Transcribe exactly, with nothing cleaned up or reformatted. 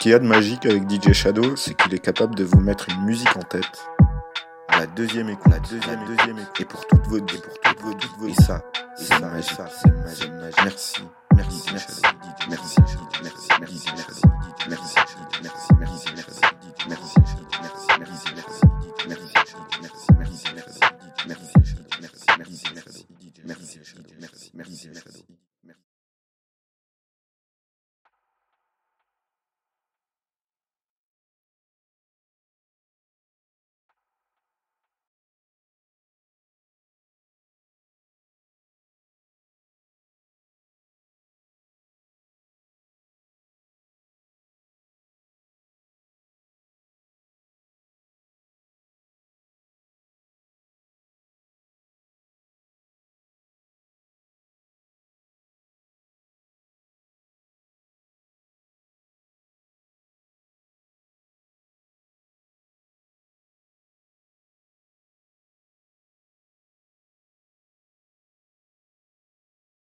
qu'il y a de magique avec D J Shadow, c'est qu'il est capable de vous mettre une musique en tête. À la deuxième écoute, la deuxième, la deuxième écoute, et pour toutes vos, et pour toutes vos, toutes vos, et ça, c'est magique, ça, c'est magique, magique. Merci, merci, merci, merci, merci, merci, merci, merci, merci, merci, merci, merci, merci, merci, merci, merci, merci.